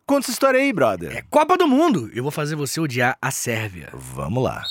Conta essa história aí, brother. É Copa do Mundo. Eu vou fazer você odiar a Sérvia. Vamos lá.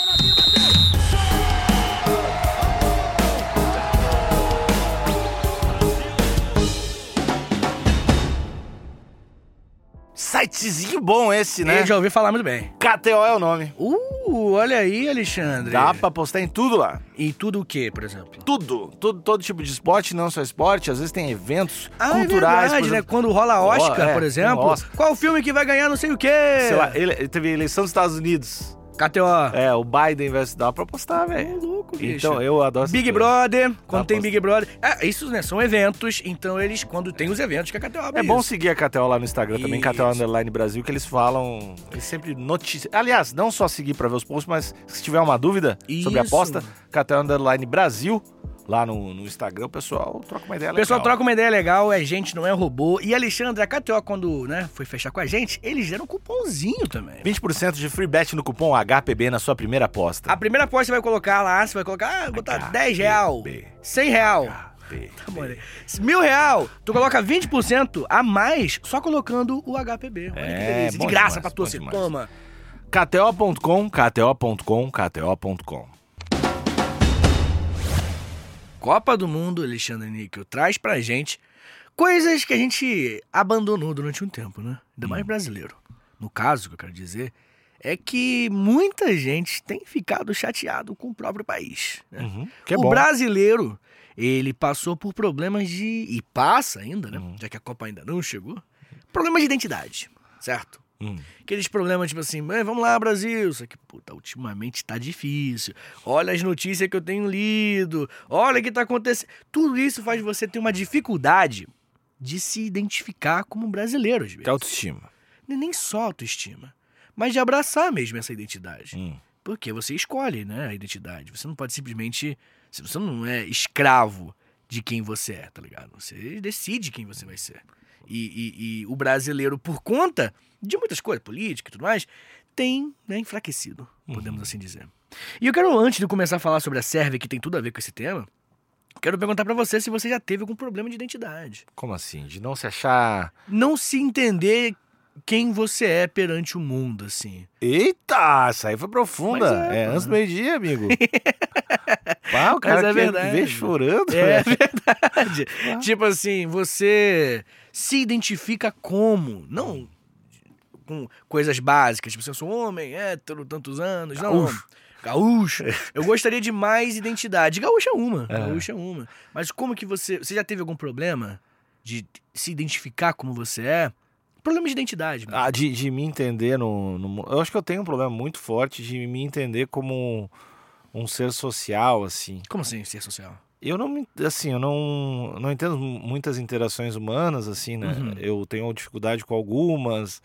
Sitezinho bom esse, né? Eu já ouvi falar muito bem. KTO é o nome. Olha aí, Alexandre. Dá pra postar em tudo lá. E tudo o quê, por exemplo? Tudo. Todo tipo de esporte, não só esporte. Às vezes tem eventos culturais. É verdade, por exemplo. né? Quando rola Oscar, por exemplo. Oscar. Qual o filme que vai ganhar não sei o quê? Sei lá, ele teve eleição dos Estados Unidos. KTO. O Biden vai dar pra postar, velho. Louco, bicho. Então, eu adoro Big essas coisas. Brother, quando Dá tem pra- Big Brother. Isso, né? São eventos, então eles, quando tem os eventos, que a KTO abre É bom isso. seguir a KTO lá no Instagram também, Isso. KTO Underline Brasil, que eles falam, eles sempre noticiam. Aliás, não só seguir pra ver os posts, mas se tiver uma dúvida sobre a Isso. aposta, KTO Underline Brasil, lá no Instagram, o pessoal troca uma ideia O legal. pessoal troca uma ideia legal, é gente, não é robô. E, Alexandre, a KTO, quando foi fechar com a gente, eles deram um cupomzinho também. 20% de free bet no cupom HPB na sua primeira aposta. A primeira aposta você vai colocar lá, você vai colocar, botar R$10, R$100. Tá bom, né? R$1.000, tu coloca 20% a mais só colocando o HPB. Olha que delícia. bom De graça demais, pra bom tu, você demais. toma. KTO.com, KTO.com, KTO.com. Copa do Mundo, Alexandre Níquel, traz pra gente coisas que a gente abandonou durante um tempo, né? Ainda mais brasileiro. No caso, o que eu quero dizer é que muita gente tem ficado chateado com o próprio país, né? Que é O bom. brasileiro, ele passou por problemas e passa ainda, né? Já que a Copa ainda não chegou. Problemas de identidade, certo? Aqueles problemas tipo assim, vamos lá, Brasil. Só que, puta, ultimamente tá difícil. Olha as notícias que eu tenho lido. Olha o que tá acontecendo. Tudo isso faz você ter uma dificuldade de se identificar como brasileiro, às vezes. Que autoestima. Nem só autoestima, mas de abraçar mesmo essa identidade. Porque você escolhe, né, a identidade. Você não pode simplesmente... Você não é escravo de quem você é, tá ligado? Você decide quem você vai ser. E o brasileiro, por conta de muitas coisas, política e tudo mais, tem, né, enfraquecido, podemos assim dizer. E eu quero, antes de começar a falar sobre a Sérvia, que tem tudo a ver com esse tema, quero perguntar pra você se você já teve algum problema de identidade. Como assim? De não se achar... Não se entender quem você é perante o mundo, assim. Eita, essa aí foi profunda. Mas é, pô. Antes do meio-dia, amigo. Pá, o cara Mas é quer verdade. me ver chorando. É velho. verdade. Tipo assim, você se identifica como? Não com coisas básicas, tipo, eu sou homem, hétero, tantos anos. Não. Gaúcho. Eu gostaria de mais identidade. Gaúcho é uma. Gaúcho é uma. Mas como que você já teve algum problema de se identificar como você é? Problema de identidade. Mesmo. De me entender eu acho que eu tenho um problema muito forte de me entender como um ser social, assim. Como assim, ser social? Eu não entendo muitas interações humanas, assim, né? Eu tenho dificuldade com algumas.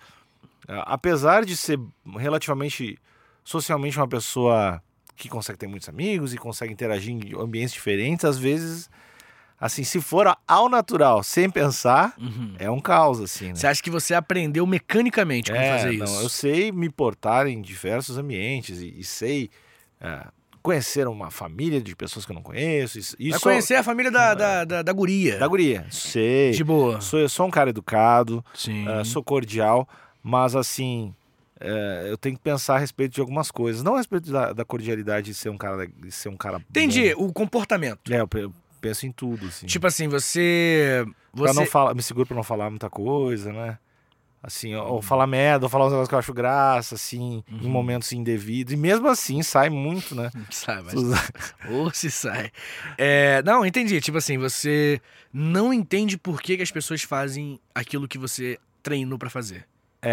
Apesar de ser relativamente, socialmente uma pessoa que consegue ter muitos amigos e consegue interagir em ambientes diferentes, às vezes, assim, se for ao natural, sem pensar, é um caos, assim, né? Você acha que você aprendeu mecanicamente como fazer isso? Não, eu sei me portar em diversos ambientes e sei conhecer uma família de pessoas que eu não conheço. Vai conhecer a família da guria. Da guria, sei. De boa. Eu sou um cara educado, Sim. sou cordial, mas assim, eu tenho que pensar a respeito de algumas coisas. Não a respeito da cordialidade de ser um cara Entendi, bom. o comportamento. Eu penso em tudo, assim. Tipo assim, você... Me seguro pra não falar muita coisa, né? Assim, ou falar merda, ou falar uns negócios que eu acho graça, assim, em momentos indevidos. E mesmo assim, sai muito, né? Sai, mas... Ou se sai. Não, entendi. Tipo assim, você não entende por que as pessoas fazem aquilo que você treinou pra fazer.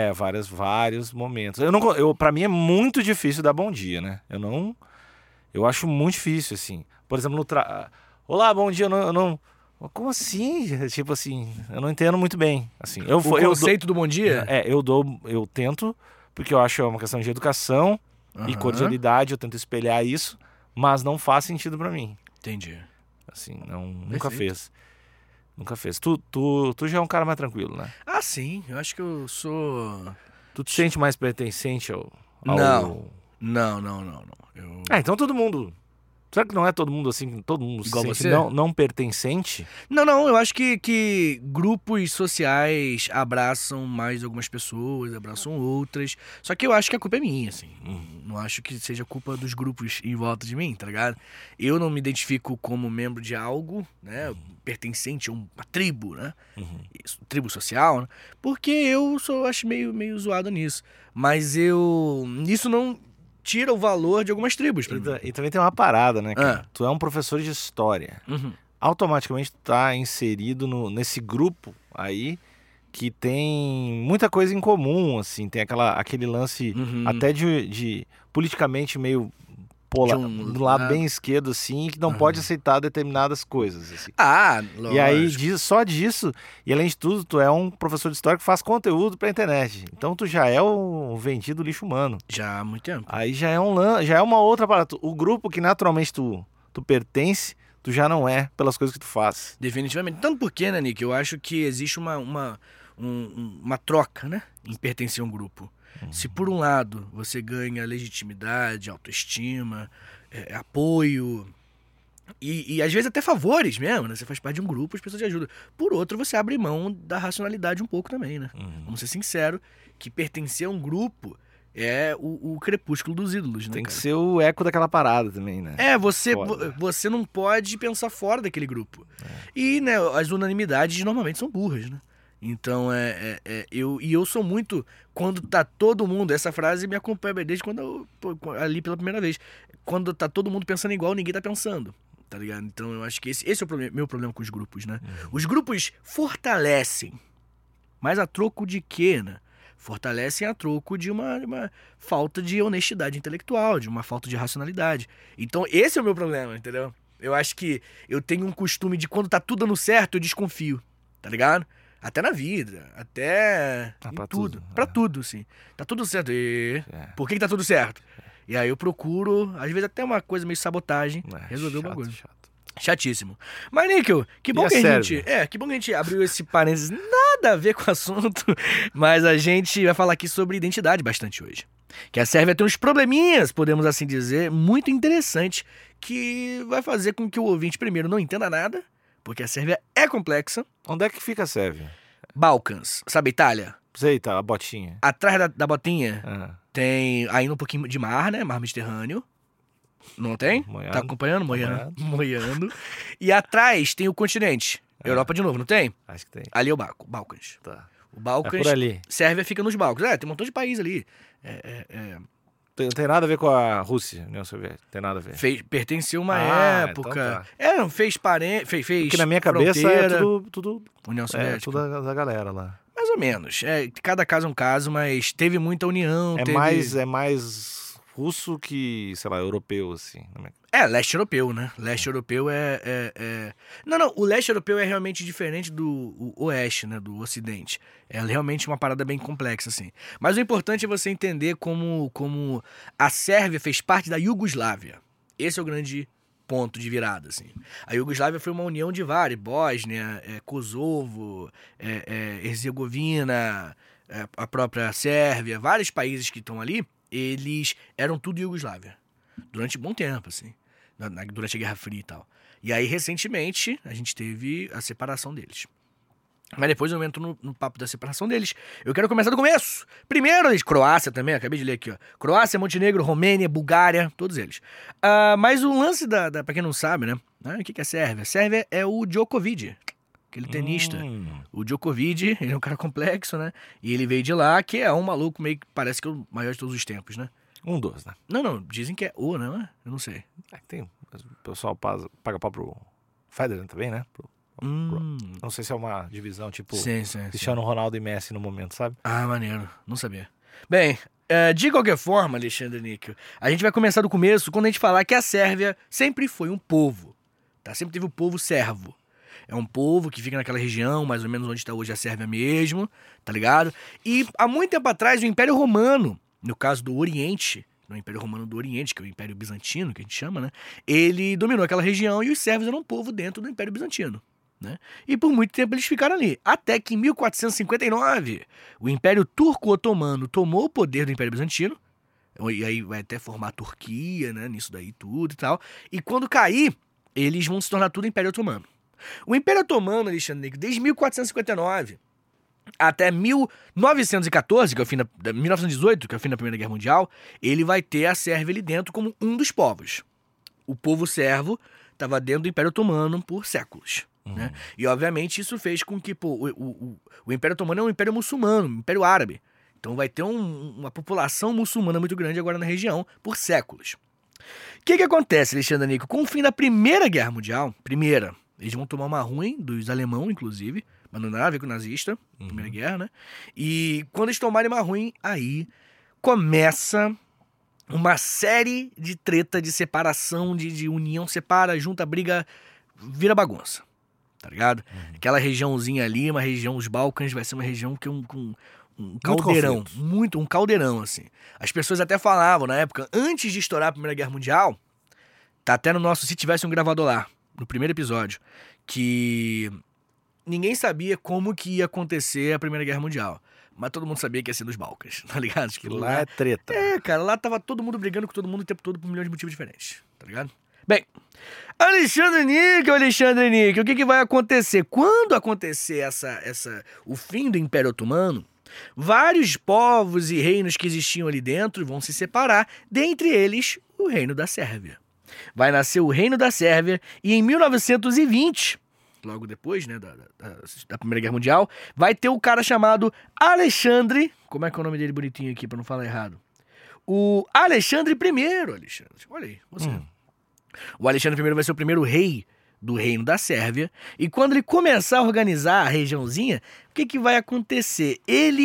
Vários momentos. Pra mim é muito difícil dar bom dia, né? Eu acho muito difícil, assim. Por exemplo, olá, bom dia, eu não... Como assim? Tipo assim, eu não entendo muito bem. Assim, O conceito do bom dia? Eu tento, porque eu acho uma questão de educação e cordialidade, eu tento espelhar isso, mas não faz sentido pra mim. Entendi. Assim, nunca fez. Nunca fez. Tu já é um cara mais tranquilo, né? Ah, sim. Eu acho que eu sou... Tu te sente mais pertencente ao... Não. Então todo mundo Será que não é todo mundo assim, todo mundo Igual se sente você? não pertencente? Não, eu acho que grupos sociais abraçam mais algumas pessoas, abraçam outras. Só que eu acho que a culpa é minha, assim. Não acho que seja culpa dos grupos em volta de mim, tá ligado? Eu não me identifico como membro de algo, né? Pertencente a uma tribo, né? Isso, tribo social, né? Porque eu acho meio zoado nisso. Mas isso não tira o valor de algumas tribos pra mim. E também tem uma parada, né, cara? Ah. Tu é um professor de história. Uhum. Automaticamente tu tá inserido nesse grupo aí que tem muita coisa em comum, assim. Tem aquele lance até de politicamente meio do lado bem esquerdo, assim, que não pode aceitar determinadas coisas, assim. Lógico. E aí, só disso, e além de tudo, tu é um professor de história que faz conteúdo pra internet. Então tu já é um vendido lixo humano. Já há muito tempo. Aí já é uma outra parada. O grupo que naturalmente tu pertence, tu já não é pelas coisas que tu faz. Definitivamente. Tanto porque, né, Nick, eu acho que existe uma troca, né, em pertencer a um grupo. Se por um lado você ganha legitimidade, autoestima, apoio e às vezes até favores mesmo, né? Você faz parte de um grupo, as pessoas te ajudam. Por outro, você abre mão da racionalidade um pouco também, né? Vamos ser sinceros, que pertencer a um grupo é o crepúsculo dos ídolos, né? Tem que ser o eco daquela parada também, né? Você não pode pensar fora daquele grupo. E, né, as unanimidades normalmente são burras, né? Então, eu sou muito... Quando tá todo mundo... Essa frase me acompanha desde quando ali pela primeira vez. Quando tá todo mundo pensando igual, ninguém tá pensando. Tá ligado? Então, eu acho que esse é o meu problema com os grupos, né? Os grupos fortalecem. Mas a troco de quê, né? Fortalecem a troco de uma falta de honestidade intelectual, de uma falta de racionalidade. Então, esse é o meu problema, entendeu? Eu acho que eu tenho um costume de quando tá tudo dando certo, eu desconfio. Tá ligado? Até na vida, até em pra tudo. tudo. Pra tudo, sim. Tá tudo certo. Por que tá tudo certo? E aí eu procuro, às vezes até uma coisa meio sabotagem, resolver o bagulho. Chatíssimo. Mas, Níquel, que bom que a gente abriu esse parênteses, nada a ver com o assunto, mas a gente vai falar aqui sobre identidade bastante hoje. Que a Sérvia tem uns probleminhas, podemos assim dizer, muito interessantes, que vai fazer com que o ouvinte primeiro não entenda nada, porque a Sérvia é complexa. Onde é que fica a Sérvia? Balcãs, sabe a Itália? Sei, tá, a botinha. Atrás da botinha tem ainda um pouquinho de mar, né? Mar Mediterrâneo. Não tem? Moiando. Tá acompanhando? Moiando. E atrás tem o continente. Europa de novo, não tem? Acho que tem. Ali é o Balcãs. Tá. O Balcãs. É por ali. Sérvia fica nos Balcãs. Tem um montão de país ali. Não tem nada a ver com a Rússia, União Soviética. Tem nada a ver. Pertenceu uma época. Então tá. Fez Porque na minha cabeça fronteira. é tudo União Soviética. tudo da galera lá. Mais ou menos. Cada caso é um caso, mas teve muita união. É mais russo que, sei lá, europeu, assim. Leste europeu, né? Leste europeu Não, o leste europeu é realmente diferente do oeste, né? Do ocidente. É realmente uma parada bem complexa, assim. Mas o importante é você entender como a Sérvia fez parte da Iugoslávia. Esse é o grande ponto de virada, assim. A Iugoslávia foi uma união de vários. Bósnia, Kosovo, Herzegovina, a própria Sérvia. Vários países que estão ali, eles eram tudo Iugoslávia. Durante um bom tempo, assim. Durante a Guerra Fria e tal. E aí, recentemente, a gente teve a separação deles. Mas depois eu entro no papo da separação deles. Eu quero começar do começo. Primeiro, Croácia também, acabei de ler aqui, ó. Croácia, Montenegro, Romênia, Bulgária, todos eles. Mas o lance pra quem não sabe, né? O que é Sérvia? Sérvia é o Djokovic, aquele tenista. O Djokovic, ele é um cara complexo, né? E ele veio de lá, que é um maluco meio que parece que é o maior de todos os tempos, né? Um dos, né? Não, dizem que é o, não é? Eu não sei. O pessoal paga pau pro Federer também, né? Não sei se é uma divisão, tipo Cristiano Ronaldo e Messi no momento, sabe? Maneiro. Não sabia. Bem, de qualquer forma, Alexandre Níquel, a gente vai começar do começo quando a gente falar que a Sérvia sempre foi um povo, tá? Sempre teve o povo servo. É um povo que fica naquela região, mais ou menos onde está hoje a Sérvia mesmo, tá ligado? E há muito tempo atrás, o Império Romano, no caso do Oriente, no Império Romano do Oriente, que é o Império Bizantino, que a gente chama, né? Ele dominou aquela região e os sérvios eram um povo dentro do Império Bizantino. Né? E por muito tempo eles ficaram ali, até que em 1459 o Império Turco-Otomano tomou o poder do Império Bizantino, E aí vai até formar a Turquia, né? Nisso daí tudo e tal. E quando cair, eles vão se tornar tudo Império Otomano. O Império Otomano, Alexandre Níquel, desde 1459 até 1914, que é o fim 1918, que é o fim da Primeira Guerra Mundial, ele vai ter a Sérvia ali dentro como um dos povos. O povo sérvio estava dentro do Império Otomano por séculos. Né? E, obviamente, isso fez com que o Império Otomano é um império muçulmano, um império árabe. Então vai ter uma população muçulmana muito grande agora na região por séculos. O que acontece, Alexandre Níquel? Com o fim da Primeira Guerra Mundial, eles vão tomar uma ruim dos alemães, inclusive, mas não tem nada a ver com o nazista, Primeira Guerra, né? E quando eles tomarem uma ruim, aí começa uma série de treta, de separação, de união, separa, junta, briga, vira bagunça, tá ligado? Aquela regiãozinha ali, uma região, os Balcãs, vai ser uma região que com um caldeirão, um caldeirão, assim. As pessoas até falavam, na época, antes de estourar a Primeira Guerra Mundial, tá até no nosso Se Tivesse um Gravador Lá, no primeiro episódio, que ninguém sabia como que ia acontecer a Primeira Guerra Mundial. Mas todo mundo sabia que ia ser nos Balcãs, tá ligado? Que lá é treta. Cara, lá tava todo mundo brigando com todo mundo o tempo todo por milhões de motivos diferentes, tá ligado? Bem, Alexandre Níquel, o que vai acontecer? Quando acontecer o fim do Império Otomano, vários povos e reinos que existiam ali dentro vão se separar, dentre eles o Reino da Sérvia. Vai nascer o Reino da Sérvia e em 1920, logo depois, né, da Primeira Guerra Mundial, vai ter o cara chamado Alexandre, como é que é o nome dele bonitinho aqui pra não falar errado? O Alexandre I, olha aí, você. O Alexandre I vai ser o primeiro rei do Reino da Sérvia, e quando ele começar a organizar a regiãozinha, o que vai acontecer?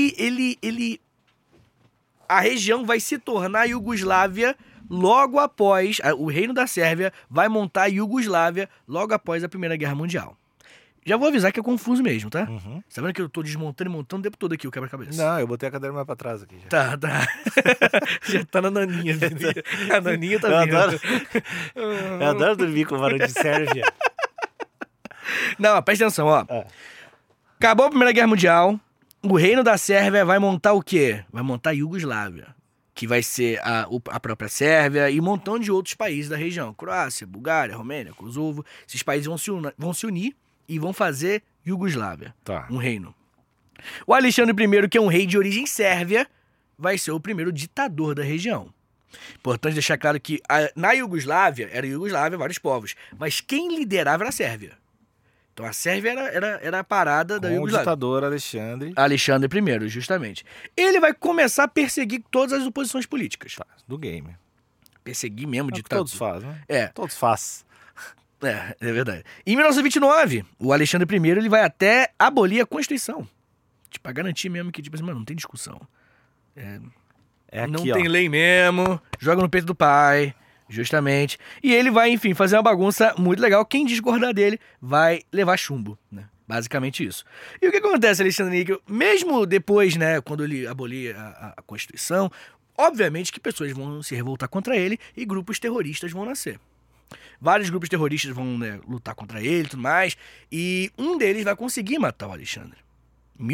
A região vai se tornar Iugoslávia logo após, o Reino da Sérvia vai montar a Iugoslávia logo após a Primeira Guerra Mundial. Já vou avisar que é confuso mesmo, tá? Você tá vendo que eu tô desmontando e montando o tempo todo aqui o quebra-cabeça? Não, eu botei a cadeira mais pra trás aqui. Já. Tá. Já tá na naninha. A naninha tá vindo. Eu adoro dormir com barulho de Sérvia. Não, presta atenção, ó. Acabou a Primeira Guerra Mundial, o Reino da Sérvia vai montar o quê? Vai montar a Iugoslávia, que vai ser a própria Sérvia e um montão de outros países da região. Croácia, Bulgária, Romênia, Kosovo. Esses países vão se unir e vão fazer Iugoslávia, um reino. O Alexandre I, que é um rei de origem sérvia, vai ser o primeiro ditador da região. Importante deixar claro que na Iugoslávia, vários povos, mas quem liderava era a Sérvia. Então a Sérvia era a parada da Iugoslávia. O ditador Alexandre I, justamente. Ele vai começar a perseguir todas as oposições políticas. Do game. Perseguir mesmo, ditador. Todos fazem, né? Todos fazem. É verdade. Em 1929, o Alexandre I ele vai até abolir a Constituição. Tipo, a garantir mesmo que, tipo assim, mano, não tem discussão. Aqui, não tem lei mesmo, joga no peito do pai, justamente. E ele vai, enfim, fazer uma bagunça muito legal. Quem discordar dele vai levar chumbo, né? Basicamente isso. E o que acontece, Alexandre Níquel? Mesmo depois, né, quando ele abolir a Constituição, obviamente que pessoas vão se revoltar contra ele e grupos terroristas vão nascer. Vários grupos terroristas vão, né, lutar contra ele e tudo mais. E um deles vai conseguir matar o Alexandre. Em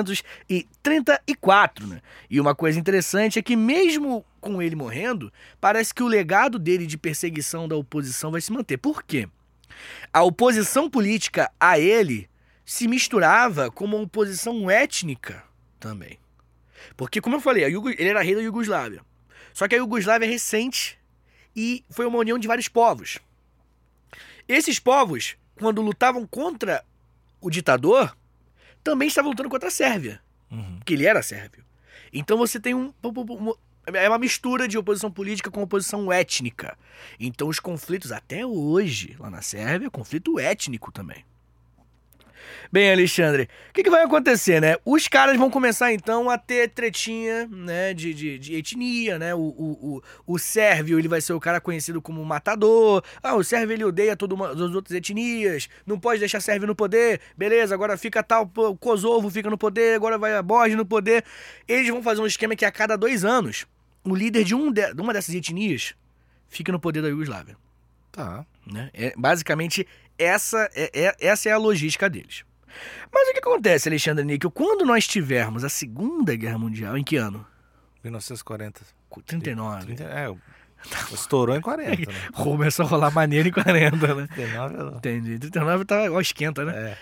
1934, né? E uma coisa interessante é que mesmo com ele morrendo, parece que o legado dele de perseguição da oposição vai se manter. Por quê? A oposição política a ele se misturava com uma oposição étnica também. Porque, como eu falei, ele era rei da Iugoslávia. Só que a Iugoslávia é recente e foi uma união de vários povos. Esses povos, quando lutavam contra o ditador, também estavam lutando contra a Sérvia, porque ele era sérvio. Então você tem é uma mistura de oposição política com oposição étnica. Então os conflitos, até hoje, lá na Sérvia, é conflito étnico também. Bem, Alexandre, o que vai acontecer, né? Os caras vão começar, então, a ter tretinha, né, de etnia, né? O sérvio, ele vai ser o cara conhecido como matador. O sérvio, ele odeia todas as outras etnias. Não pode deixar sérvio no poder. Beleza, agora fica o Kosovo fica no poder, agora vai a Bósnia no poder. Eles vão fazer um esquema que a cada 2 anos, o líder de uma dessas etnias fica no poder da Iugoslávia. Tá. Né? Basicamente, essa é a logística deles. Mas o que acontece, Alexandre Níquel, quando nós tivermos a Segunda Guerra Mundial, em que ano? 1940. 39. Estourou em 40, né? Começou a rolar maneiro em 40, né? 39 não. Entendi. 39 tá igual esquenta, né?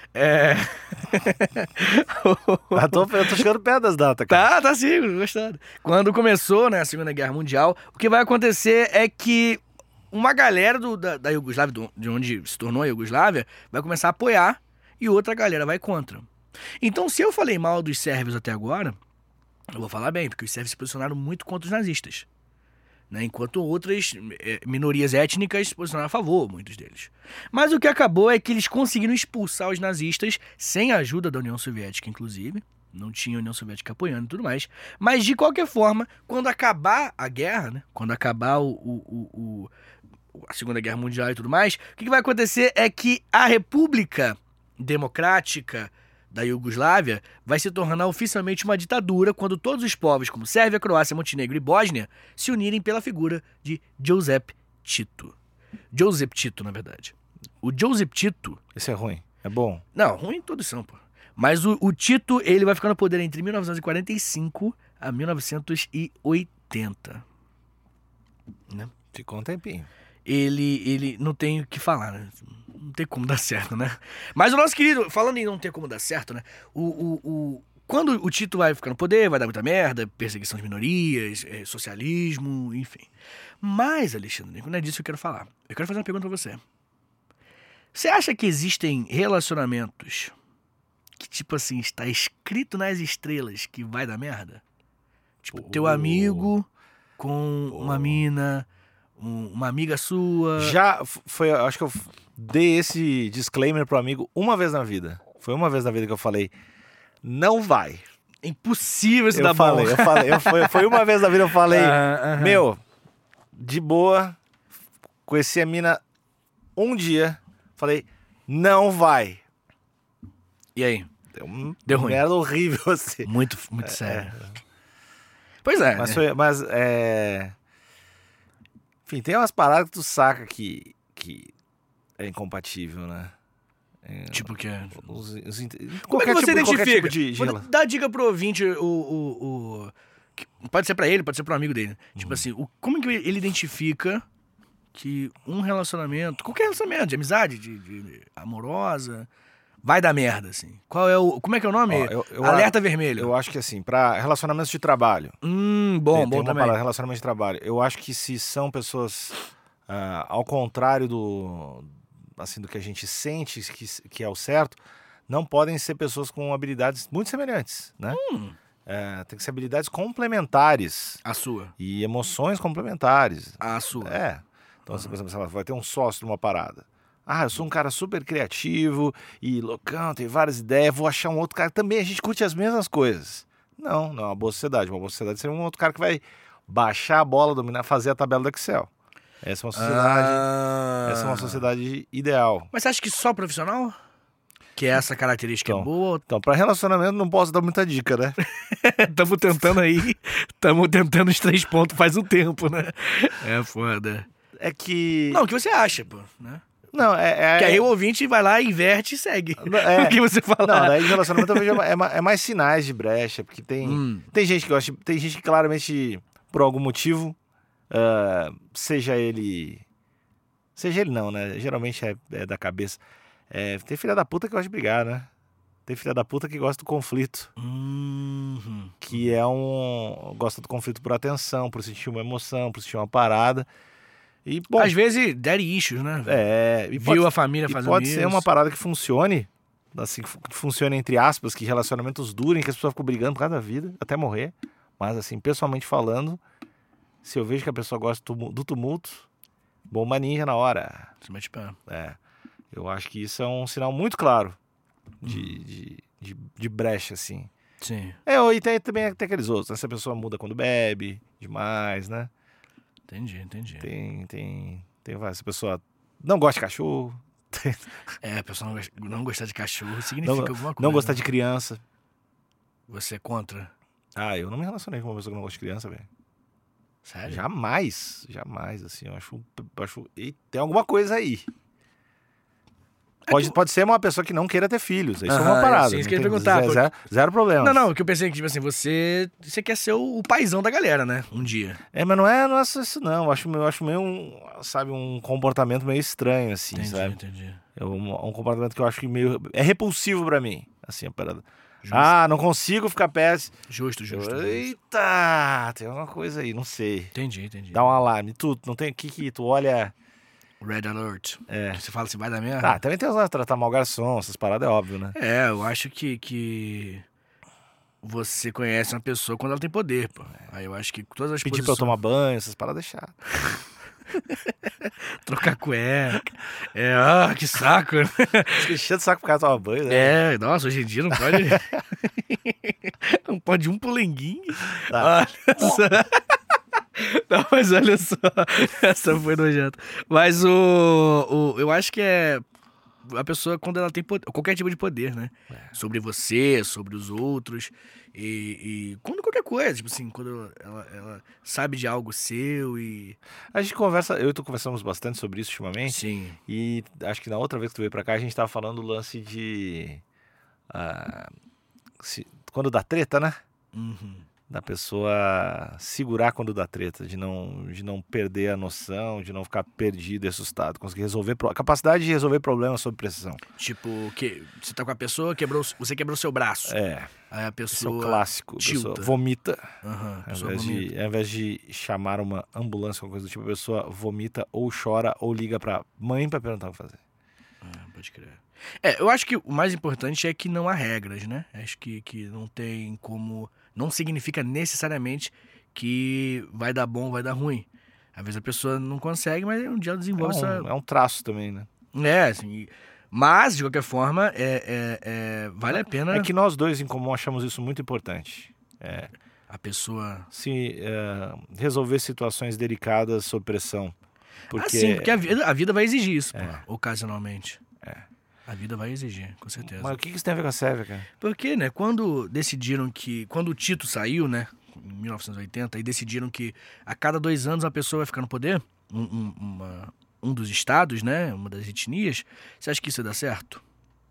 Eu tô chegando perto das datas, cara. Tá sim, gostando. Quando começou, né, a Segunda Guerra Mundial, o que vai acontecer é que uma galera da Iugoslávia, de onde se tornou a Iugoslávia, vai começar a apoiar e outra galera vai contra. Então, se eu falei mal dos sérvios até agora, eu vou falar bem, porque os sérvios se posicionaram muito contra os nazistas, né? Enquanto outras minorias étnicas se posicionaram a favor, muitos deles. Mas o que acabou é que eles conseguiram expulsar os nazistas, sem a ajuda da União Soviética, inclusive. Não tinha a União Soviética apoiando e tudo mais. Mas, de qualquer forma, quando acabar a guerra, né? Quando acabar a Segunda Guerra Mundial e tudo mais, o que vai acontecer é que a República Democrática da Iugoslávia vai se tornar oficialmente uma ditadura quando todos os povos, como Sérvia, Croácia, Montenegro e Bósnia, se unirem pela figura de Josip Tito. Josip Tito, na verdade. O Josip Tito... Esse é ruim. É bom. Não, ruim todos são, pô. Mas o Tito, ele vai ficar no poder entre 1945 a 1980. Né? Ficou um tempinho. Ele não tem o que falar, né? Não tem como dar certo, né? Mas o nosso querido, falando em não ter como dar certo, né? Quando o Tito vai ficar no poder, vai dar muita merda, perseguição de minorias, socialismo, enfim. Mas, Alexandre, não é disso que eu quero falar. Eu quero fazer uma pergunta pra você. Você acha que existem relacionamentos que, tipo assim, está escrito nas estrelas que vai dar merda? Tipo, teu amigo com uma mina, uma amiga sua... Já foi, acho que eu dei esse disclaimer pro amigo uma vez na vida. Foi uma vez na vida que eu falei, não vai. É impossível isso dar bom. Foi uma vez na vida eu falei, meu, de boa, conheci a mina um dia, falei, não vai. E aí? Deu ruim. Merda horrível assim. Muito sério. Pois é. Mas enfim, tem umas paradas que tu saca que é incompatível, né? Tipo o quê? Como é que você identifica? Tipo dá dica pro ouvinte, pode ser pra ele, pode ser pro amigo dele. Tipo assim, como que ele identifica que um relacionamento, qualquer relacionamento, de amizade, de amorosa, vai dar merda, assim? Como é que é o nome? Alerta vermelho. Eu acho que assim, pra relacionamentos de trabalho. Bom também. Relacionamento de trabalho. Eu acho que se são pessoas, ao contrário do que a gente sente que é o certo, não podem ser pessoas com habilidades muito semelhantes, né? Tem que ser habilidades complementares. A sua. E emoções complementares. A sua. Então, por exemplo, ela vai ter um sócio numa parada. Eu sou um cara super criativo e loucão, tenho várias ideias, vou achar um outro cara que também, a gente curte as mesmas coisas. Não é uma boa sociedade. Uma boa sociedade seria um outro cara que vai baixar a bola, dominar, fazer a tabela do Excel. Essa é uma sociedade ideal. Mas você acha que só profissional? Que essa característica é boa? Então, pra relacionamento não posso dar muita dica, né? Tamo tentando os 3 pontos faz um tempo, né? É foda. É que... Não, o que você acha, pô, né? Não, que aí o ouvinte vai lá, inverte e segue. O que você fala. Não, daí de relacionamento eu vejo mais sinais de brecha, porque tem gente que gosta, tem gente que claramente, por algum motivo, seja ele não, né? Geralmente é da cabeça. Tem filha da puta que gosta de brigar, né? Tem filha da puta que gosta do conflito. Que gosta do conflito por atenção, por sentir uma emoção, por sentir uma parada. E, bom, às vezes, daddy issues, né? A família fazendo isso. Pode ser uma parada que funcione, assim, que funcione entre aspas, que relacionamentos durem, que as pessoas ficam brigando por causa da vida, até morrer. Mas, assim, pessoalmente falando, se eu vejo que a pessoa gosta do tumulto, bomba ninja na hora. Você mete pé. Eu acho que isso é um sinal muito claro de brecha, assim. Sim. E tem aqueles outros, né? Se a pessoa muda quando bebe demais, né? Entendi. Tem várias. A pessoa não gosta de cachorro. A pessoa não gostar de cachorro significa alguma coisa. Não gostar de criança. Você é contra? Eu não me relacionei com uma pessoa que não gosta de criança, velho. Sério? Jamais, assim, eu acho... E tem alguma coisa aí. Pode ser uma pessoa que não queira ter filhos. Isso é uma parada. Sim, isso que eu ia perguntar. Zero problema. Não, o que eu pensei é que, tipo assim, você quer ser o paizão da galera, né? Um dia. Mas não é isso, não. Eu acho meio um comportamento meio estranho, assim, sabe? Entendi. É um comportamento que eu acho que meio... É repulsivo pra mim, assim, a parada. Justo. Não consigo ficar perto. Justo. Eita, tem alguma coisa aí, não sei. Entendi. Dá um alarme. Tu, não tem... que tu olha... Red Alert. Que você fala assim, vai dar merda. Também tem os tratar mal garçom, essas paradas é óbvio, né? Eu acho que você conhece uma pessoa quando ela tem poder, pô. Aí eu acho que todas as Pedir pra eu tomar banho, essas paradas é chato. Trocar cueca. Que saco. Enchendo o saco pro cara tomar banho, né? Nossa, hoje em dia não pode... não pode um polenguinho. Tá. Olha só. Não, mas olha só, essa foi nojenta. Mas eu acho que é a pessoa quando ela tem qualquer tipo de poder, né? Sobre você, sobre os outros e quando qualquer coisa, tipo assim, quando ela sabe de algo seu e... A gente eu e tu conversamos bastante sobre isso ultimamente. Sim. E acho que na outra vez que tu veio pra cá, a gente tava falando do lance de... quando dá treta, né? Uhum. Da pessoa segurar quando dá treta, de não perder a noção, de não ficar perdido e assustado, conseguir resolver, capacidade de resolver problemas sob pressão. Tipo, que você tá com a pessoa, você quebrou seu braço. Aí a pessoa... Esse é o clássico, a pessoa vomita. Ao invés de chamar uma ambulância ou coisa do tipo, a pessoa vomita ou chora ou liga pra mãe pra perguntar o que fazer. Pode crer. Eu acho que o mais importante é que não há regras, né? Acho que não tem como... Não significa necessariamente que vai dar bom ou vai dar ruim. Às vezes a pessoa não consegue, mas um dia ela desenvolve essa... É um traço também, né? Assim... Mas, de qualquer forma, vale a pena... É que nós dois em comum achamos isso muito importante. A pessoa... resolver situações delicadas sob pressão. Porque a vida vai exigir isso, ocasionalmente. A vida vai exigir, com certeza. Mas o que isso tem a ver com a Sérvia, cara? Porque, né, quando decidiram que... Quando o Tito saiu, né, em 1980, e decidiram que a cada 2 anos a pessoa vai ficar no poder, um dos estados, né, uma das etnias, você acha que isso ia dar certo?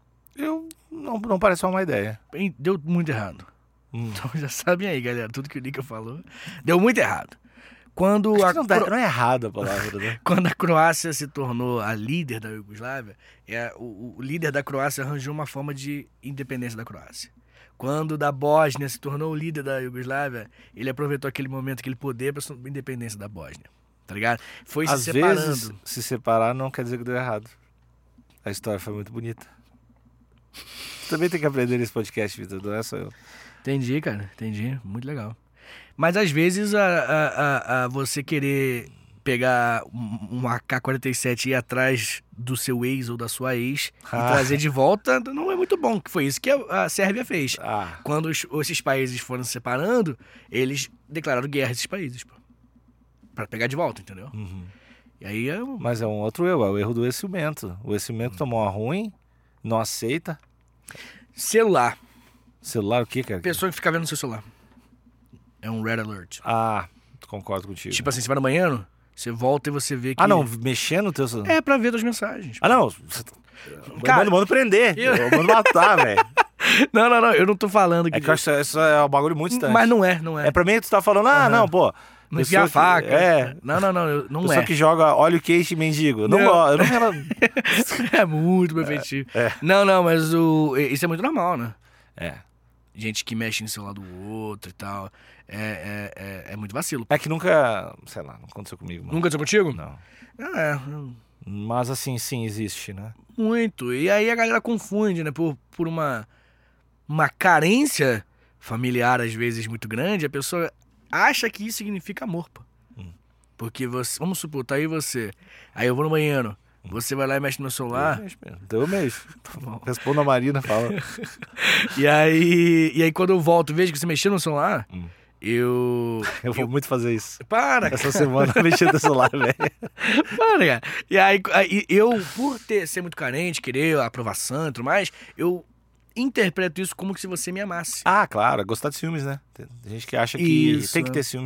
Não parece uma ideia. Deu muito errado. Então já sabem aí, galera, tudo que o Nika falou. Deu muito errado. Quando não é errado a palavra, né? Quando a Croácia se tornou a líder da Iugoslávia, o líder da Croácia arranjou uma forma de independência da Croácia. Quando da Bósnia se tornou o líder da Iugoslávia, ele aproveitou aquele momento, aquele poder para a independência da Bósnia. Tá ligado? Foi se separando. Às vezes, se separar não quer dizer que deu errado. A história foi muito bonita. Tu também tem que aprender nesse podcast, Vitor, não é só eu. Entendi, cara. Entendi. Muito legal. Mas às vezes você querer pegar um AK-47 e ir atrás do seu ex ou da sua ex e trazer de volta não é muito bom. Foi isso que a Sérvia fez. Quando esses países foram se separando, eles declararam guerra a esses países, pô, pra pegar de volta, entendeu? Uhum. E aí Mas é um outro erro, é o erro do ex-ciumento. O ex-ciumento tomou uma ruim, não aceita. Celular. Celular o quê, cara? Pessoa que fica vendo no seu celular. É um red alert. Concordo contigo. Tipo assim, você vai no banheiro, você volta e você vê que... mexendo no teu celular? É pra ver as mensagens. Não. Cara, eu mando prender. Eu mando matar, velho. Não, eu não tô falando que... É que isso é um bagulho muito distante. Mas não é. É pra mim que tu tá falando, não, pô... Não enfia a faca. Não pessoa que joga óleo quente e mendigo. Eu não gosto. É muito mais efetivo. Não, mas isso é muito normal, né? Gente que mexe no celular do outro e tal. É muito vacilo. É que nunca, sei lá, não aconteceu comigo. Mano. Nunca aconteceu contigo? Não. Mas assim, sim, existe, né? Muito. E aí a galera confunde, né? Por uma carência familiar, às vezes, muito grande, a pessoa acha que isso significa amor, pô. Porque você, vamos supor, tá aí você. Aí eu vou no banheiro. Você vai lá e mexe no celular. Eu mexo. Responda a Marina, fala. E aí quando eu volto, vejo que você mexeu no celular, eu vou muito fazer isso. Para, essa semana mexendo no celular, velho. Para, cara. E aí eu, por ser muito carente, querer a aprovação e tudo mais, eu interpreto isso como se você me amasse. Claro, gostar de ciúmes, né? Tem gente que acha que tem que ter ciúmes.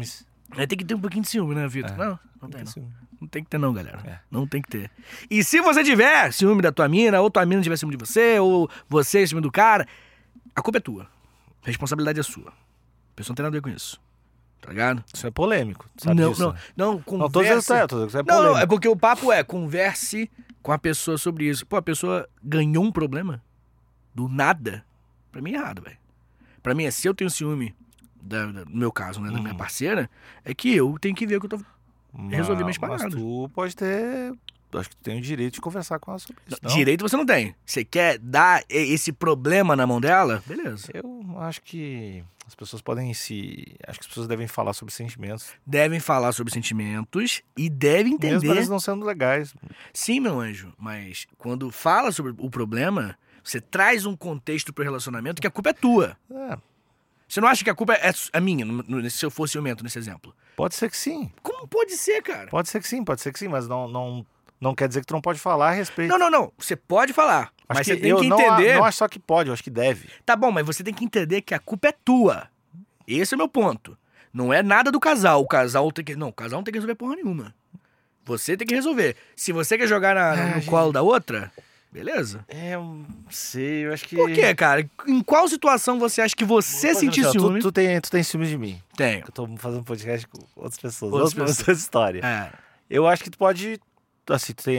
Tem que ter um pouquinho de ciúme, né, Vitor? Não tem não. Não tem que ter não, galera. Não tem que ter. E se você tiver ciúme da tua mina, ou tua mina tiver ciúme de você, ou você ciúme do cara, a culpa é tua. A responsabilidade é sua. A pessoa não tem nada a ver com isso. Tá ligado? Isso é polêmico. Sabe Não, disso? não, Não, tô converse... dizendo certo, isso é polêmico. Não, é porque o papo é, converse com a pessoa sobre isso. Pô, a pessoa ganhou um problema do nada. Pra mim é errado, velho. Pra mim se eu tenho ciúme, no meu caso, né, da minha parceira, é que eu tenho que ver o que eu tô... resolver minhas paradas. Mas tu pode ter... Acho que tu tem o direito de conversar com ela sobre isso. Não? Direito você não tem. Você quer dar esse problema na mão dela? Beleza. Eu acho que as pessoas podem se... Acho que as pessoas devem falar sobre sentimentos. Devem falar sobre sentimentos e devem entender... Mesmo eles não sendo legais. Sim, meu anjo. Mas quando fala sobre o problema, você traz um contexto pro relacionamento que a culpa é tua. Você não acha que a culpa é minha, se eu fosse ciumento nesse exemplo? Pode ser que sim. Como pode ser, cara? Pode ser que sim, mas não quer dizer que tu não pode falar a respeito. Não. Você pode falar, mas você tem que Eu entender... não acho só que pode, eu acho que deve. Tá bom, mas você tem que entender que a culpa é tua. Esse é o meu ponto. Não é nada do casal. O casal tem que... Não, o casal não tem que resolver porra nenhuma. Você tem que resolver. Se você quer jogar no colo da outra... Beleza? Eu não sei, eu acho que... Por quê, cara? Em qual situação você acha que você sentiu ciúme? Tu tem ciúmes de mim. Tenho. Eu tô fazendo podcast com outras pessoas. Outra história. É. Eu acho que tu pode... Assim, tu tem...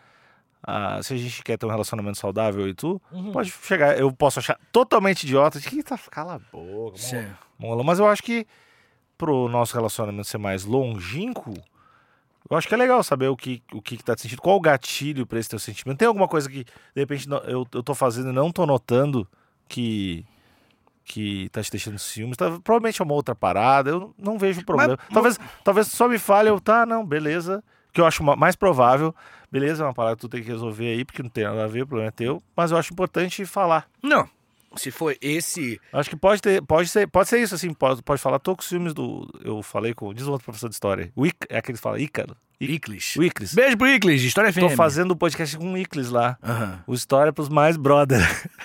se a gente quer ter um relacionamento saudável e tu, pode chegar... Eu posso achar totalmente idiota de que cala a boca, mola. Mas eu acho que pro nosso relacionamento ser mais longínquo, eu acho que é legal saber o que tá te sentindo, qual o gatilho pra esse teu sentimento. Tem alguma coisa que, de repente, eu tô fazendo e não tô notando que tá te deixando ciúmes? Provavelmente é uma outra parada, eu não vejo problema. Talvez só me fale, beleza, que eu acho mais provável. Beleza, é uma parada que tu tem que resolver aí, porque não tem nada a ver, o problema é teu. Mas eu acho importante falar. Não. Se for esse... Acho que pode ser isso, assim, pode falar, tô com ciúmes eu falei com, diz um outro professor de história, é aquele que fala, Ícaro. Iclis. O Iclis. Beijo pro Iclis, História FM. Tô fazendo o podcast com o Iclis lá. O História pros mais brother.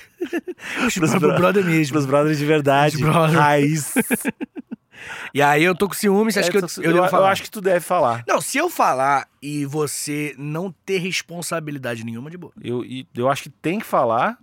Pros brother mesmo. Pros brothers de verdade. Raiz. E aí eu tô com ciúmes, acho que eu devo falar. Eu acho que tu deve falar. Não, se eu falar e você não ter responsabilidade nenhuma, de boa. Eu acho que tem que falar.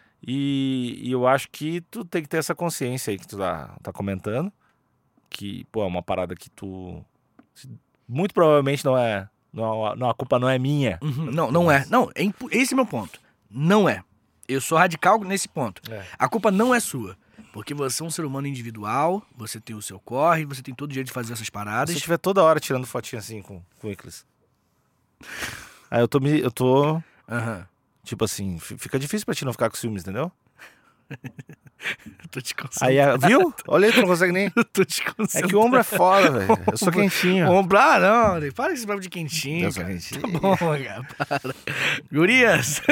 E eu acho que tu tem que ter essa consciência aí que tu tá comentando. Que, pô, é uma parada que tu... Muito provavelmente a culpa não é minha. Não é. Não, esse é meu ponto. Não é. Eu sou radical nesse ponto. A culpa não é sua. Porque você é um ser humano individual, você tem o seu corre, você tem todo o jeito de fazer essas paradas. Se eu estiver toda hora tirando fotinha assim com o Iclis. Aí eu tô... Tipo assim, fica difícil pra ti não ficar com ciúmes, entendeu? Eu tô te concentrando. Aí, viu? Olha aí, tu não consegue nem... Eu tô te concentrando. É que o ombro é foda, velho. Eu sou quentinho. Não. Para com esse papo de quentinho, Eu sou cara. quentinho. Tá bom, cara, para. Gurias.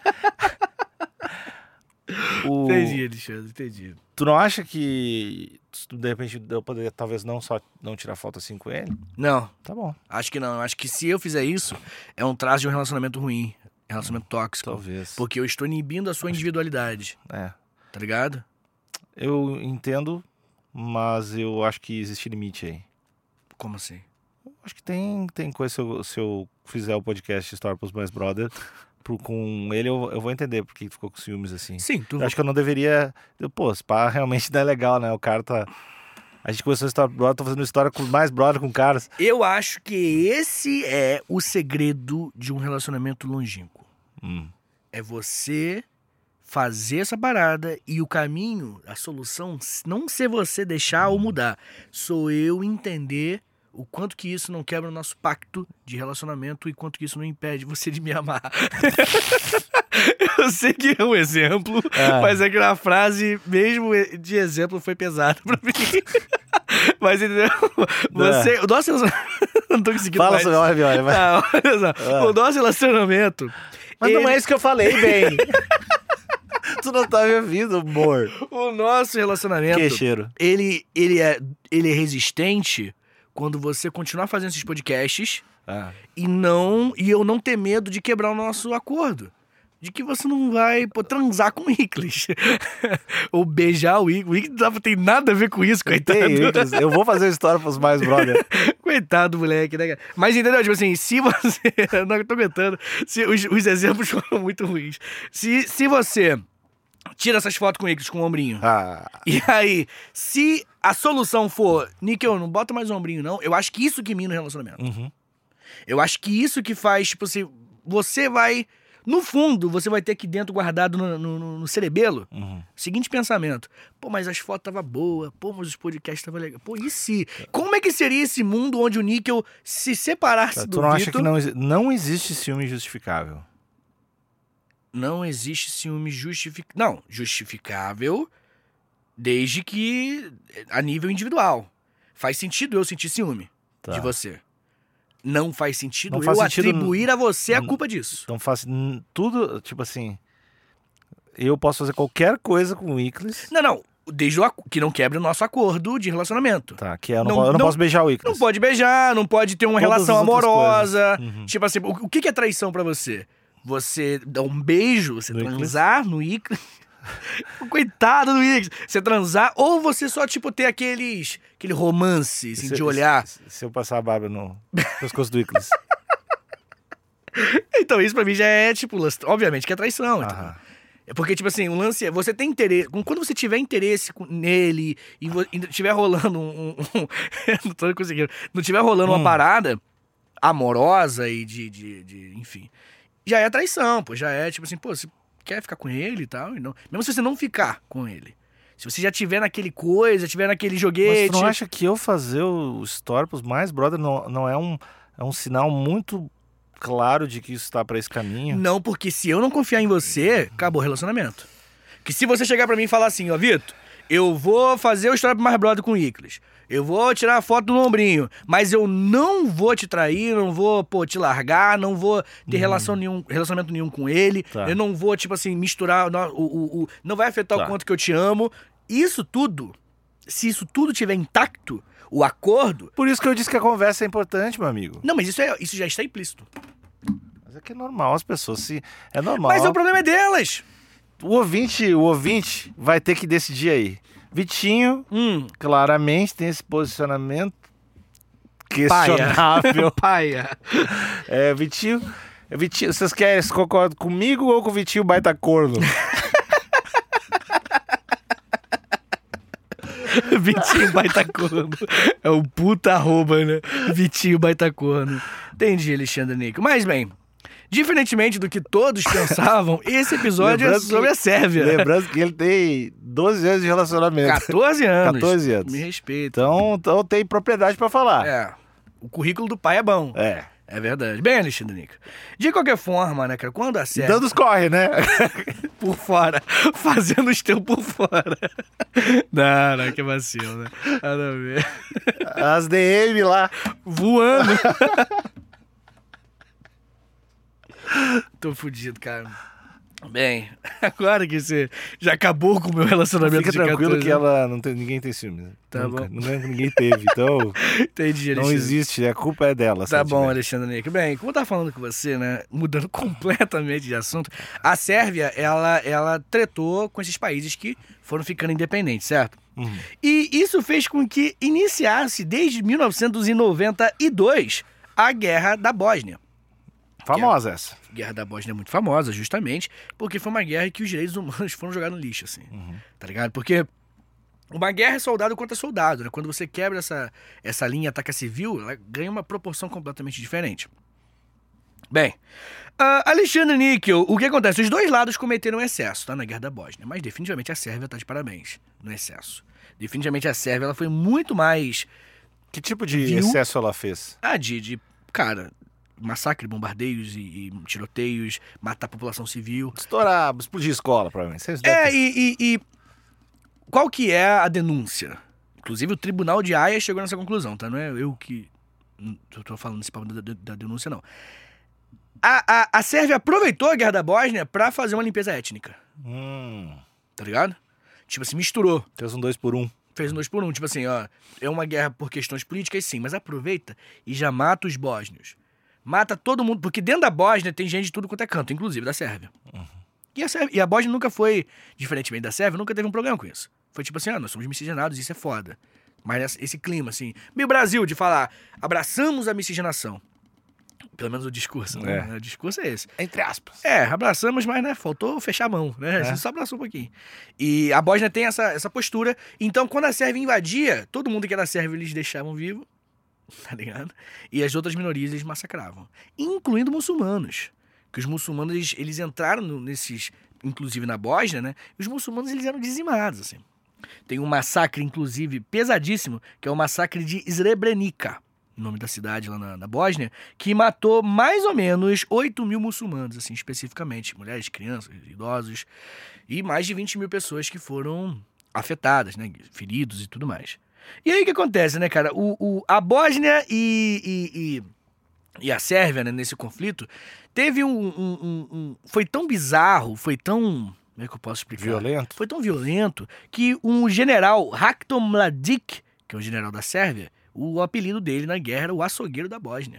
Entendi, Alexandre, entendi. Tu não acha que, de repente, eu poderia talvez não tirar foto assim com ele? Não. Tá bom. Acho que não. Acho que se eu fizer isso, é um traço de um relacionamento ruim. Relacionamento tóxico. Talvez. Porque eu estou inibindo a sua individualidade. Tá ligado? Eu entendo, mas eu acho que existe limite aí. Como assim? Eu acho que tem coisa, se eu fizer o podcast História pros Mais Brothers, com ele eu vou entender porque ficou com ciúmes assim. Sim, eu acho que eu não deveria... Pô, esse pá realmente não é legal, né? O cara tá... A gente começou a história, tô fazendo história com mais brother, com caras. Eu acho que esse é o segredo de um relacionamento longínquo. É você fazer essa parada e o caminho, a solução, não ser você deixar ou mudar. Sou eu entender o quanto que isso não quebra o nosso pacto de relacionamento e quanto que isso não impede você de me amar. Eu sei que é um exemplo, mas é que a frase, mesmo de exemplo, foi pesada pra mim. Mas entendeu? Você... O nosso relacionamento... Não tô conseguindo Fala mais. sobre o Ravioli, vai. Olha só. O nosso relacionamento... Mas não é isso que eu falei, bem. Tu não tá me ouvindo, amor. O nosso relacionamento... Queixeiro. Ele é resistente quando você continuar fazendo esses podcasts e eu não ter medo de quebrar o nosso acordo. de que você não vai transar com o Iclis. Ou beijar o Iclis. O Iclis não tem nada a ver com isso, coitado. Eu vou fazer história pros mais brother. Coitado do moleque, né, cara? Mas entendeu? Tipo assim, se você... Eu não tô aguentando. Os exemplos foram muito ruins. Se você tira essas fotos com o Iclis com o ombrinho. E aí, se a solução for, Níquel, não bota mais o ombrinho, não. Eu acho que isso que mina o relacionamento. Uhum. Eu acho que isso que faz, tipo assim, você vai... No fundo, você vai ter aqui dentro guardado no cerebelo o seguinte pensamento. Pô, mas as fotos estavam boas. Pô, mas os podcasts estavam legais. Pô, e se? Como é que seria esse mundo onde o Níquel se separasse do Vitor? Tu não acha que não existe ciúme justificável? Não existe ciúme justificável. Não, justificável desde que a nível individual. Faz sentido eu sentir ciúme de você. Não faz sentido atribuir a você a culpa disso. Então faz tudo, tipo assim... Eu posso fazer qualquer coisa com o Iclis. Não. Desde que não quebre o nosso acordo de relacionamento. Tá, que eu não posso beijar o Iclis. Não pode beijar, não pode ter uma relação amorosa. Tipo assim, o que é traição pra você? Você dar um beijo, você transar no Iclis... Coitado do Iclis. Você transar ou você só, tipo, ter aquele romance, assim, de olhar. Se eu passar a barba no pescoço do Iclis. Então, isso pra mim já é, tipo, obviamente que é traição. Então. É porque, tipo assim, o lance é, você tem interesse... Quando você tiver interesse nele e estiver rolando não tô conseguindo. Não estiver rolando uma parada amorosa e enfim, já é traição, pô. Já é, tipo assim, pô, você quer ficar com ele e tal, e não, mesmo se você não ficar com ele. Se você já tiver naquele coisa, tiver naquele joguete... Mas tu não acha que eu fazer o story pros mais brother não é um sinal muito claro de que isso tá pra esse caminho? Não, porque se eu não confiar em você, acabou o relacionamento. Que se você chegar pra mim e falar assim, ó, Vitor, eu vou fazer o story pro mais brother com o Iclis. Eu vou tirar a foto do ombrinho, mas eu não vou te trair, não vou, pô, te largar, não vou ter relacionamento nenhum com ele, Tá. eu não vou, tipo assim, misturar, não vai afetar o quanto que eu te amo. Isso tudo, se isso tudo tiver intacto, o acordo... Por isso que eu disse que a conversa é importante, meu amigo. Não, mas isso já está implícito. Mas é que é normal, as pessoas é normal. Mas o problema é delas. O ouvinte vai ter que decidir aí. Vitinho, claramente tem esse posicionamento questionável. Paia. Vitinho, vocês concordam comigo ou com o Vitinho baita corno? Vitinho baita corno. É um puta arroba, né? Vitinho baita corno. Entendi, Alexandre Nico. Mas bem, diferentemente do que todos pensavam, esse episódio é sobre a Sérvia. Lembrando que ele tem 12 anos de relacionamento. 14 anos. 14 anos. Me respeita. Então tem propriedade pra falar. O currículo do pai é bom. É verdade. Bem, Alexandre Nico. De qualquer forma, né, cara, quando a Sérvia... Dando os corre, né? Por fora. Fazendo os teus por fora. Não, que vacilo, né? Nada a ver. As DM lá. Voando. Tô fudido, cara. Bem, agora que você já acabou com o meu relacionamento Fica de tranquilo 14 que ela não tem, ninguém tem ciúme. Tá Nunca. bom. Ninguém teve, então Entendi, não Alexandre. existe, a culpa é dela. Tá bom, Alexandre Nico. Bem, como eu tava falando com você, né, mudando completamente de assunto, a Sérvia, ela tretou com esses países que foram ficando independentes, certo? E isso fez com que iniciasse, desde 1992, a Guerra da Bósnia. Famosa essa. A Guerra da Bósnia é muito famosa, justamente, porque foi uma guerra que os direitos humanos foram jogados no lixo, assim. Tá ligado? Porque uma guerra é soldado contra soldado, né? Quando você quebra essa linha ataque civil, ela ganha uma proporção completamente diferente. Bem, Alexandre Níquel, o que acontece? Os dois lados cometeram excesso, tá? Na Guerra da Bósnia, mas definitivamente a Sérvia tá de parabéns no excesso. Definitivamente a Sérvia, ela foi muito mais... Que tipo de excesso ela fez? Cara... massacre, bombardeios e tiroteios, matar a população civil. Estourar, explodir escola, provavelmente. E qual que é a denúncia? Inclusive o Tribunal de Haia chegou nessa conclusão, tá? Não é eu que tô falando esse papo da denúncia, não. A Sérvia aproveitou a Guerra da Bósnia pra fazer uma limpeza étnica. Tá ligado? Tipo assim, misturou. Fez um 2 por 1. Fez um 2 por 1. Tipo assim, ó, é uma guerra por questões políticas, sim, mas aproveita e já mata os bósnios. Mata todo mundo, porque dentro da Bósnia tem gente de tudo quanto é canto, inclusive da Sérvia. E a Bósnia nunca foi, diferentemente da Sérvia, nunca teve um problema com isso. Foi tipo assim, nós somos miscigenados, isso é foda. Mas esse clima, assim, meio Brasil, de falar, abraçamos a miscigenação. Pelo menos o discurso, né? O discurso é esse. Entre aspas. Abraçamos, mas, né, faltou fechar a mão, né? A gente só abraçou um pouquinho. E a Bósnia tem essa postura. Então, quando a Sérvia invadia, todo mundo que era sérvio eles deixavam vivo, tá ligado? E as outras minorias eles massacravam. Incluindo muçulmanos. Que os muçulmanos, eles entraram nesses, inclusive na Bósnia, né? E os muçulmanos, eles eram dizimados, assim. Tem um massacre, inclusive, pesadíssimo, que é o massacre de Srebrenica, o nome da cidade lá na Bósnia, que matou mais ou menos 8 mil muçulmanos, assim, especificamente. Mulheres, crianças, idosos. E mais de 20 mil pessoas que foram afetadas, né? Feridos e tudo mais. E aí o que acontece, né, cara? A Bósnia e a Sérvia, né, nesse conflito, teve foi tão bizarro, foi tão... Como é que eu posso explicar? Violento. Foi tão violento que um general, Ratko Mladic, que é o general da Sérvia, o apelido dele na guerra era o açougueiro da Bósnia.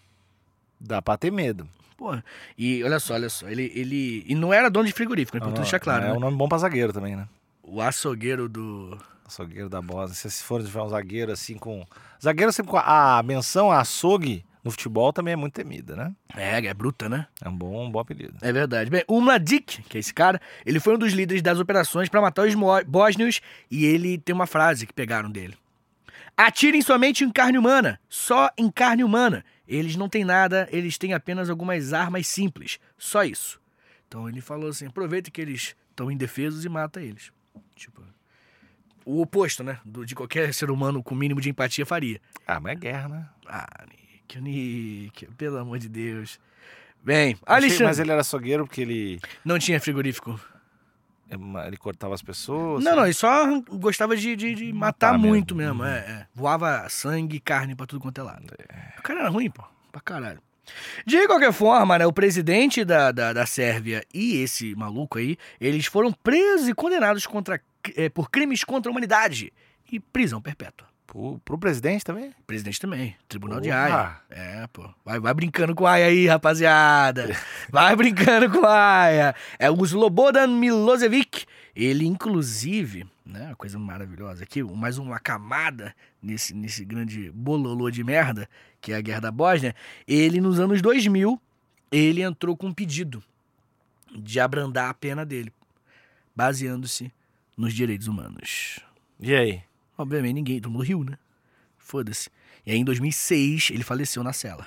Dá pra ter medo. Porra. E olha só, ele... E não era dono de frigorífico, é importante deixar claro, É né? um nome bom pra zagueiro também, né? O açougueiro do... Açougueiro da Bósnia. Se for tiver um zagueiro assim com... Zagueiro sempre com a menção a açougue no futebol também é muito temida, né? É bruta, né? É um bom apelido. É verdade. Bem, o Mladic, que é esse cara, ele foi um dos líderes das operações para matar os bósnios e ele tem uma frase que pegaram dele. Atirem somente em carne humana, só em carne humana. Eles não têm nada, eles têm apenas algumas armas simples, só isso. Então ele falou assim, aproveita que eles estão indefesos e mata eles. Tipo, o oposto, né, de qualquer ser humano com mínimo de empatia faria. Ah, mas é guerra, né? Ah, Nick, pelo amor de Deus. Bem, Alexandre... Mas ele era açougueiro porque ele... Não tinha frigorífico. Ele cortava as pessoas? Não, ele só gostava de matar muito mesmo. Voava sangue e carne pra tudo quanto é lado. O cara era ruim, pô. Pra caralho. De qualquer forma, né, o presidente da Sérvia e esse maluco aí, eles foram presos e condenados por crimes contra a humanidade e prisão perpétua. Pro presidente também? Presidente também. Tribunal de Haia. Pô. Vai brincando com Haia aí, rapaziada. Vai brincando com Haia. É o Slobodan Milosevic. Ele, inclusive, né, uma coisa maravilhosa aqui, mais uma camada nesse grande bololô de merda, que é a Guerra da Bósnia. Ele, nos anos 2000, ele entrou com um pedido de abrandar a pena dele, baseando-se nos direitos humanos. E aí? Obviamente ninguém, todo mundo riu, né? Foda-se. E aí em 2006 ele faleceu na cela.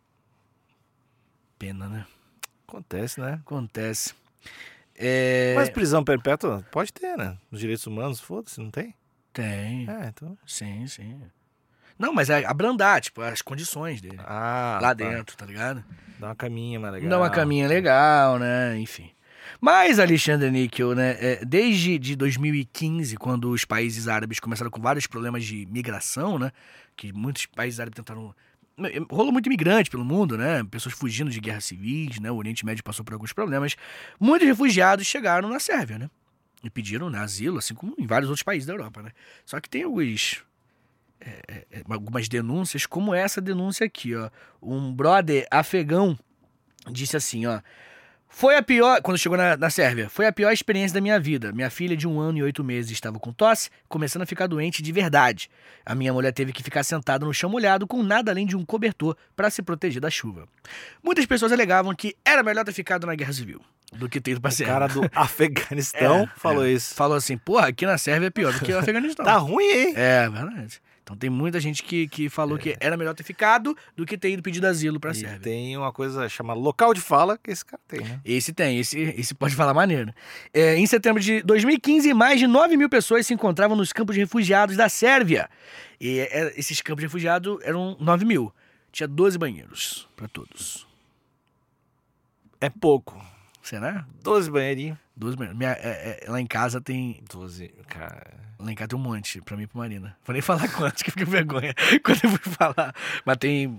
Pena, né? Acontece, né? Acontece. Mas prisão perpétua pode ter, né? Nos direitos humanos, foda-se, não tem? Tem. Então... Sim. Não, mas é abrandar, tipo, as condições dele. Lá dentro, tá ligado? Dá uma caminha mais legal. Dá uma caminha legal, né? Enfim. Mas, Alexandre Níquel, né, desde de 2015, quando os países árabes começaram com vários problemas de migração, né, que muitos países árabes tentaram... Rolou muito imigrante pelo mundo, né, pessoas fugindo de guerras civis, né, o Oriente Médio passou por alguns problemas. Muitos refugiados chegaram na Sérvia, né, e pediram, né, asilo, assim como em vários outros países da Europa, né. Só que tem algumas denúncias, como essa denúncia aqui, ó. Um brother afegão disse assim, ó: foi a pior, quando chegou na Sérvia, foi a pior experiência da minha vida. Minha filha de 1 ano e 8 meses estava com tosse, começando a ficar doente de verdade. A minha mulher teve que ficar sentada no chão molhado com nada além de um cobertor para se proteger da chuva. Muitas pessoas alegavam que era melhor ter ficado na guerra civil do que ter ido pra Sérvia. O cara do Afeganistão falou isso. Falou assim, porra, aqui na Sérvia é pior do que o Afeganistão. Tá ruim, hein? É, verdade. Então tem muita gente que falou que era melhor ter ficado do que ter ido pedir asilo pra Sérvia. Tem uma coisa chamada local de fala que esse cara tem, né? Esse pode falar maneiro. Em setembro de 2015, mais de 9 mil pessoas se encontravam nos campos de refugiados da Sérvia. E esses campos de refugiados eram 9 mil. Tinha 12 banheiros pra todos. É pouco. Será? 12 banheirinhos. 12 banheiros. Lá em casa tem... 12, cara... Lá em casa tem um monte, pra mim e pra Marina. Vou nem falar quantos, que fica vergonha quando eu fui falar. Mas tem...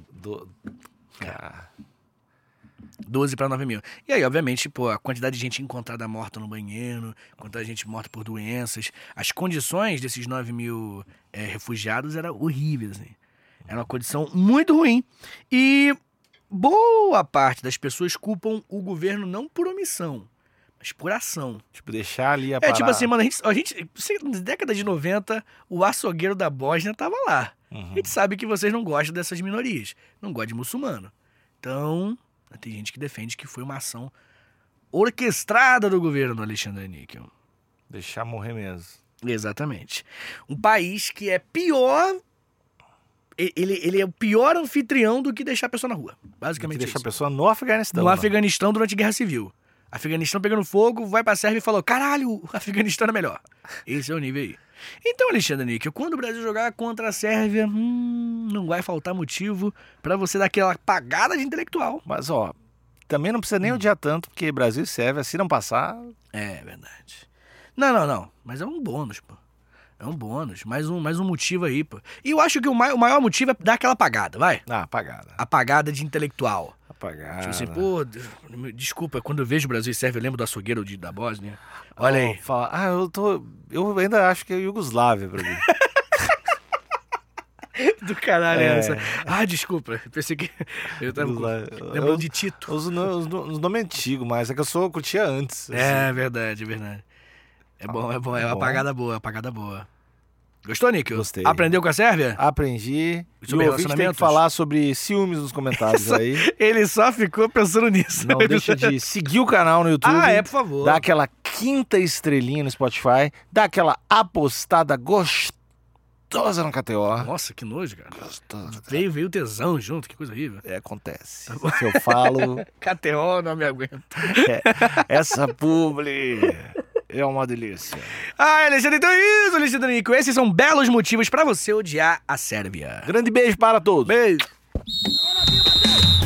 12 para 9 mil. E aí, obviamente, pô, a quantidade de gente encontrada morta no banheiro, a quantidade de gente morta por doenças, as condições desses 9 mil refugiados eram horríveis, assim. Era uma condição muito ruim. E boa parte das pessoas culpam o governo não por omissão, mas por ação. Tipo, deixar ali a parada. Tipo assim, mano, a gente na década de 90, o açougueiro da Bósnia tava lá. A gente sabe que vocês não gostam dessas minorias, não gostam de muçulmano. Então, tem gente que defende que foi uma ação orquestrada do governo do Alexandre Níquel. Deixar morrer mesmo. Exatamente. Um país que é pior... Ele é o pior anfitrião do que deixar a pessoa na rua. Basicamente deixar a pessoa no Afeganistão. No Afeganistão durante a Guerra Civil. Afeganistão pegando fogo, vai pra Sérvia e falou: caralho, o Afeganistão é melhor. Esse é o nível aí. Então, Alexandre Níquel, quando o Brasil jogar contra a Sérvia, não vai faltar motivo pra você dar aquela apagada de intelectual. Mas, ó, também não precisa nem odiar tanto, porque Brasil e Sérvia, se não passar... É verdade. Não. Mas é um bônus, pô. É um bônus. Mais um motivo aí, pô. E eu acho que o maior motivo é dar aquela apagada, vai? Apagada. Apagada de intelectual. Apagada. Tipo assim, pô, desculpa, quando eu vejo Brasil e Sérvia, eu lembro do açougueiro da Bósnia. Olha aí. Fala, eu ainda acho que é Iugoslávia pra mim. Do caralho essa. Desculpa. Pensei que eu tava lembrando de Tito. Os nomes antigos, mas é que eu curtia antes. É verdade. É bom. É uma apagada boa. Gostou, Níquel? Gostei. Aprendeu com a Sérvia? Aprendi. Sobre e o ouvinte tem que falar sobre ciúmes nos comentários aí. Ele só ficou pensando nisso. Não deixa de seguir o canal no YouTube. Por favor. Dá aquela 5ª estrelinha no Spotify. Dá aquela apostada gostosa no KTO. Nossa, que nojo, cara. Gostosa. Veio tesão junto, que coisa horrível. Acontece. Se eu falo... KTO não me aguenta. Essa publi... É uma delícia. Alexandre, então é isso, Alexandre Níquel. Esses são belos motivos pra você odiar a Sérvia. Grande beijo para todos. Beijo.